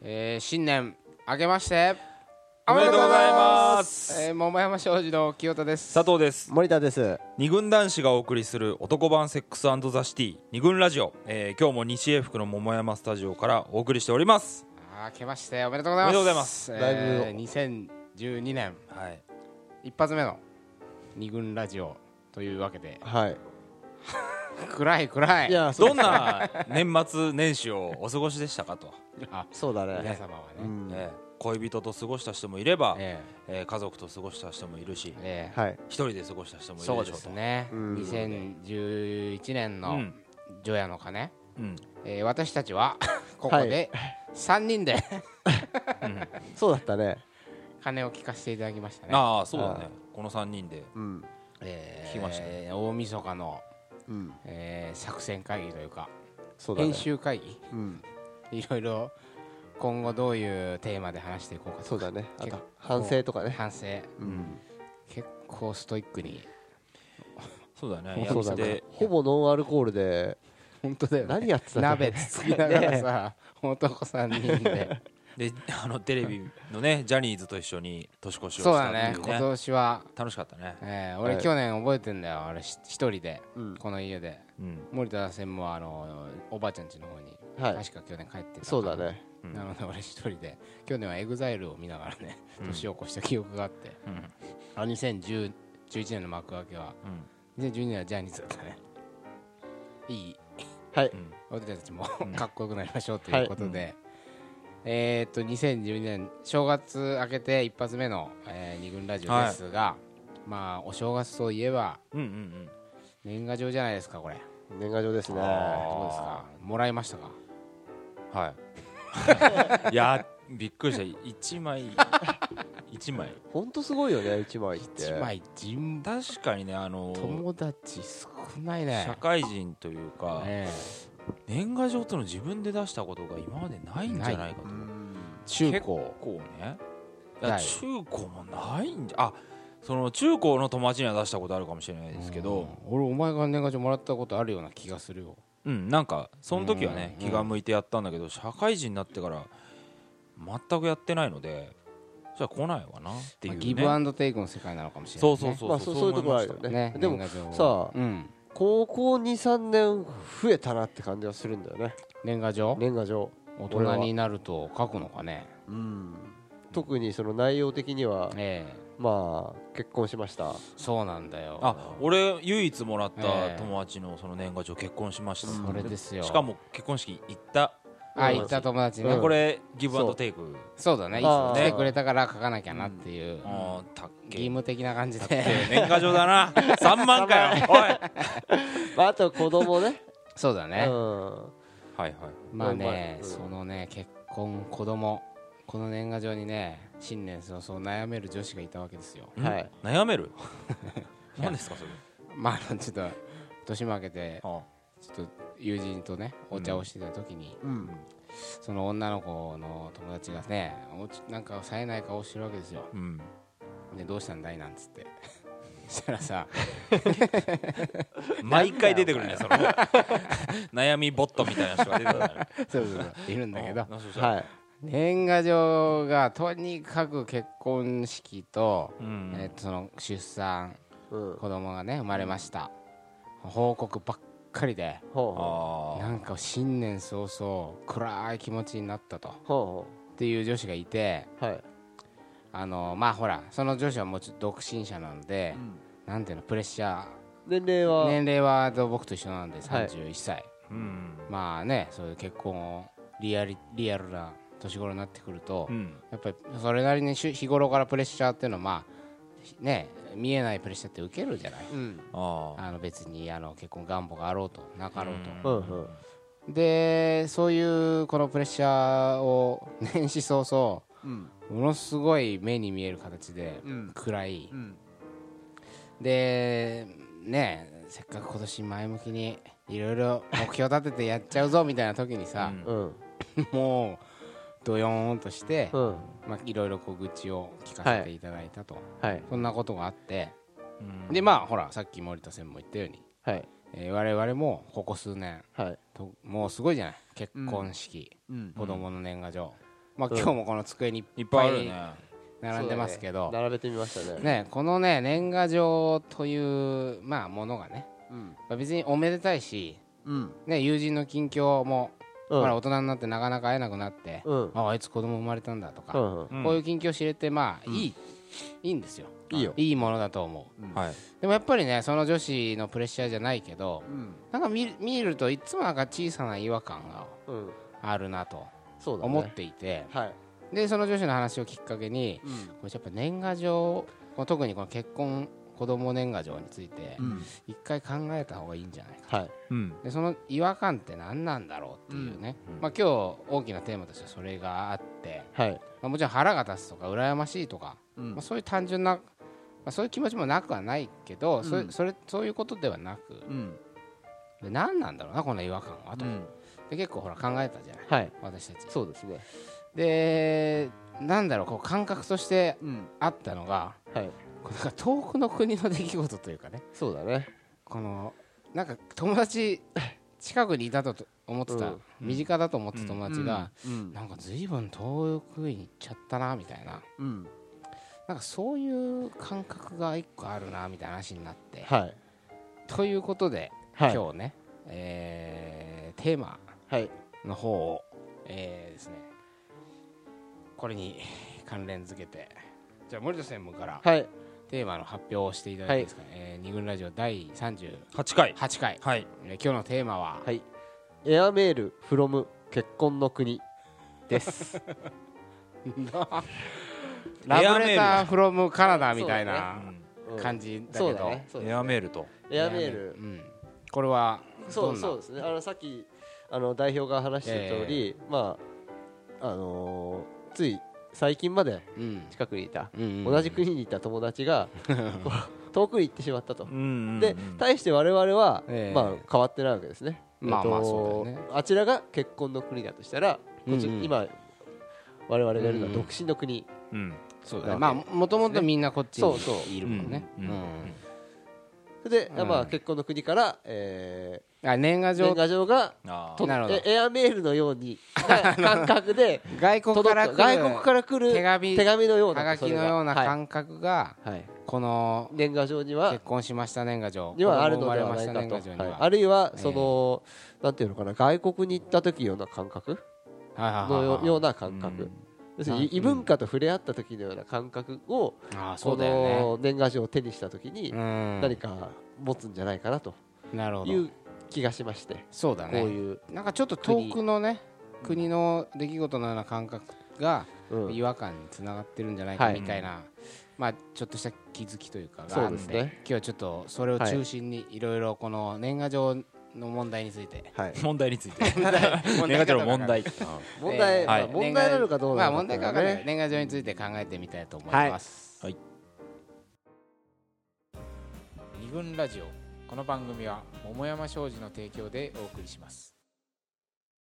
新年明けましておめでとうございます。 桃山商事の清田です。 佐藤です。 森田です。 二軍男子がお送りする男版セックス&ザシティ二軍ラジオ、今日も西英福の桃山スタジオからお送りしております。 明けましておめでとうございます。 おめでとうございます。 だいぶ 2012年、 はい、 一発目の二軍ラジオというわけで、 はい。 暗い。 いや、 どんな年末年始をお過ごしでしたかと。 そうだ皆ね。 様はね、 恋人と過ごした人もいれば、 え家族と過ごした人もいるし、 はい。 一人で過ごした人もいるそうででしょうと。 すね。 うん 2011年のうん除夜の鐘、 うん私たちはここで3人でそうだったね。 鐘を聞かせていただきましたね。 ああそうだね。この3人でうん。 聞きましたね。 大晦日の、 うん。 作戦会議というか、 そうだね。 編集会議、 うん。 いろいろ今後どういうテーマで話していこうかとか。 そうだね。あ結構と反省とかね。 反省、 うん。 結構ストイックに。 そうだね。 そうだねやって。 ほぼノンアルコールで本当だよね。 何やってたんだ鍋つつきながらさ、男3人ででテレビのねジャニーズと一緒に年越しをそうしたっていうだね。今年は、 楽しかったね。 俺、 はい去年覚えてんだよ。あれ一人で、 うんこの家でうん森田専務はおばあちゃん家の方に、 はい。 確か去年帰ってた。 そうだね。 うんなので俺一人で去年はエグザイルを見ながらね、 うん年を越した記憶があって、2011年の幕開けは、2012年はジャニーズだったね。いい、 はい。 俺たちもうんかっこよくなりましょうということで、2012年正月明けて一発目の、二軍ラジオですが、まあお正月といえば年賀状じゃないですか。これ年賀状ですね。 どうですか、もらいましたか？ はいいやびっくりした。1枚本当すごいよね。一枚って。 一枚人確かにね友達少ないね。 社会人というかね年賀状ってのを自分で出したことが今までないんじゃないかと。 中結高構ね。いやない中高もないんじゃ。その中高の友達には出したことあるかもしれないですけど、 俺お前が年賀状もらったことあるような気がするよ。 なんかその時はねうん気が向いてやったんだけど、社会人になってから全くやってないので、じゃあ来ないわなっていうね。 ギブアンドテイクの世界なのかもしれない、ね。 そうまあそういうところあるよねね。でも年賀状さあうん、 高校2、3年増えたなって感じはするんだよね。 年賀状年賀状。 大人になると書くのかね。 うん。特にその内容的にはええまあ結婚しました。 そうなんだよ。 俺唯一もらった友達のその年賀状結婚しました。 それですよ。 しかも結婚式行った。 行った友達ね、 これギブアンドテイク。 そうだね。 あー来てくれたから書かなきゃなっていう、 たっけ義務的な感じで年賀状だな。3万かよ。おい。 まああと子供ね。 そうだね、 はいはい。 まあね、 うんそのね結婚子供この年賀状にね新年早々悩める女子がいたわけですよ。 はい悩める。何ですかそれ。 まあちょっと年も明けてあちょっと友人とねお茶をしてた時に、 うんその女の子の友達がねなんか冴えない顔してるわけですよ。でどうしたんだいなんつってそしたらさ毎回出てくるねその悩みボットみたいな人が出てくるね。 そういるんだけど、 はい年賀状がとにかく結婚式と、その出産うん子供がね生まれました報告ばっかりで、 ほなんか新年早々暗い気持ちになったとうほっていう女子がいて、 うはいまあほらその女子はもうちょっと独身者なので、なんていうのプレッシャ年齢はー年齢は僕と一緒なんで31歳、 うんまあねそういう結婚をリアルな年頃になってくると、やっぱりそれなりに日頃からプレッシャーっていうのはまあね見えないプレッシャーって受けるじゃない。 うん別に結婚願望があろうとなかろうと、 うんうんでそういうこのプレッシャーを年始早々 うんものすごい目に見える形でうん暗い、 うんでねせっかく今年前向きにいろいろ目標立ててやっちゃうぞみたいな時にさ、 うんもうドヨーンとして、 うんいろいろ愚痴を聞かせていただいたと、 はいそんなことがあって、でまあほらさっき森田専務も言ったように、 はい我々もここ数年はいもうすごいじゃない結婚式、 うん子供の年賀状、 まあ今日もこの机にいっぱいあるね。 並んでますけど、 並べてみましたね。 ね、このね年賀状というまあものがね、まあ別におめでたいし、ね、友人の近況もほら大人になってなかなか会えなくなって、あいつ子供生まれたんだとか、こういう近況知れてまあいいんですよ。いいものだと思う。でもやっぱりねその女子のプレッシャーじゃないけど、なんか見るといつもなんか小さな違和感があるなと思っていて、でその女子の話をきっかけに、これやっぱ年賀状、特にこの結婚子供年賀状について一回考えた方がいいんじゃないか、でその違和感って何なんだろうっていうね、まあ今日大きなテーマとしてそれがあって、まあもちろん腹が立つとか羨ましいとか、まあそういう単純な、まあ、そういう気持ちもなくはないけど、そういうことではなく、で何なんだろうなこの違和感はと、で結構ほら考えたじゃない、私たち。 そうですね。 でなんだろう、こう感覚としてあったのが、こうなんか遠くの国の出来事というかね、 そうだね。 このなんか友達近くにいたと思ってた、身近だと思ってた友達が、なんか随分遠くに行っちゃったなみたいな、なんかそういう感覚が一個あるなみたいな話になって、ということで、今日ね、テーマの方を、ですね、これに関連付けて、じゃあ森田専務からテーマの発表をしていただいていいですかね。二軍ラジオ第38回、今日のテーマは、 エアメール from 結婚の国ですラブレターフロムカナダみたいな感じだけど、 エアメールとエアメール、 これはそうですね。さっき代表が話してた通り、まあつい最近まで近くにいた、同じ国にいた友達が遠くに行ってしまったと。で対して我々はまあ変わってないわけですね。あちらが結婚の国だとしたら、今我々がいるのは独身の国。 そうだね。まあもともとみんなこっちにいるもんね。 でまあ結婚の国から年賀状がエアメールのように感覚で外国から来る手紙のような、 はがきのような感覚がこの年賀状には結婚しました年賀状にはあるのではないかと。あるいはそのなんていうのかな、外国に行った時ような感覚のような感覚、要するに異文化と触れ合った時のような感覚を、この年賀状を手にした時に何か持つんじゃないかなという気がしまして、 そうだね。こういうなんかちょっと遠くのね国の出来事のような感覚が違和感につながってるんじゃないかみたいな、まあちょっとした気づきというかがあって、今日はちょっとそれを中心にいろいろこの年賀状の問題について、 問題について年賀状の問題なのかどうなのか、 問題か分からない。年賀状について考えてみたいと思います。二軍ラジオ、この番組は桃山商事の提供でお送りします。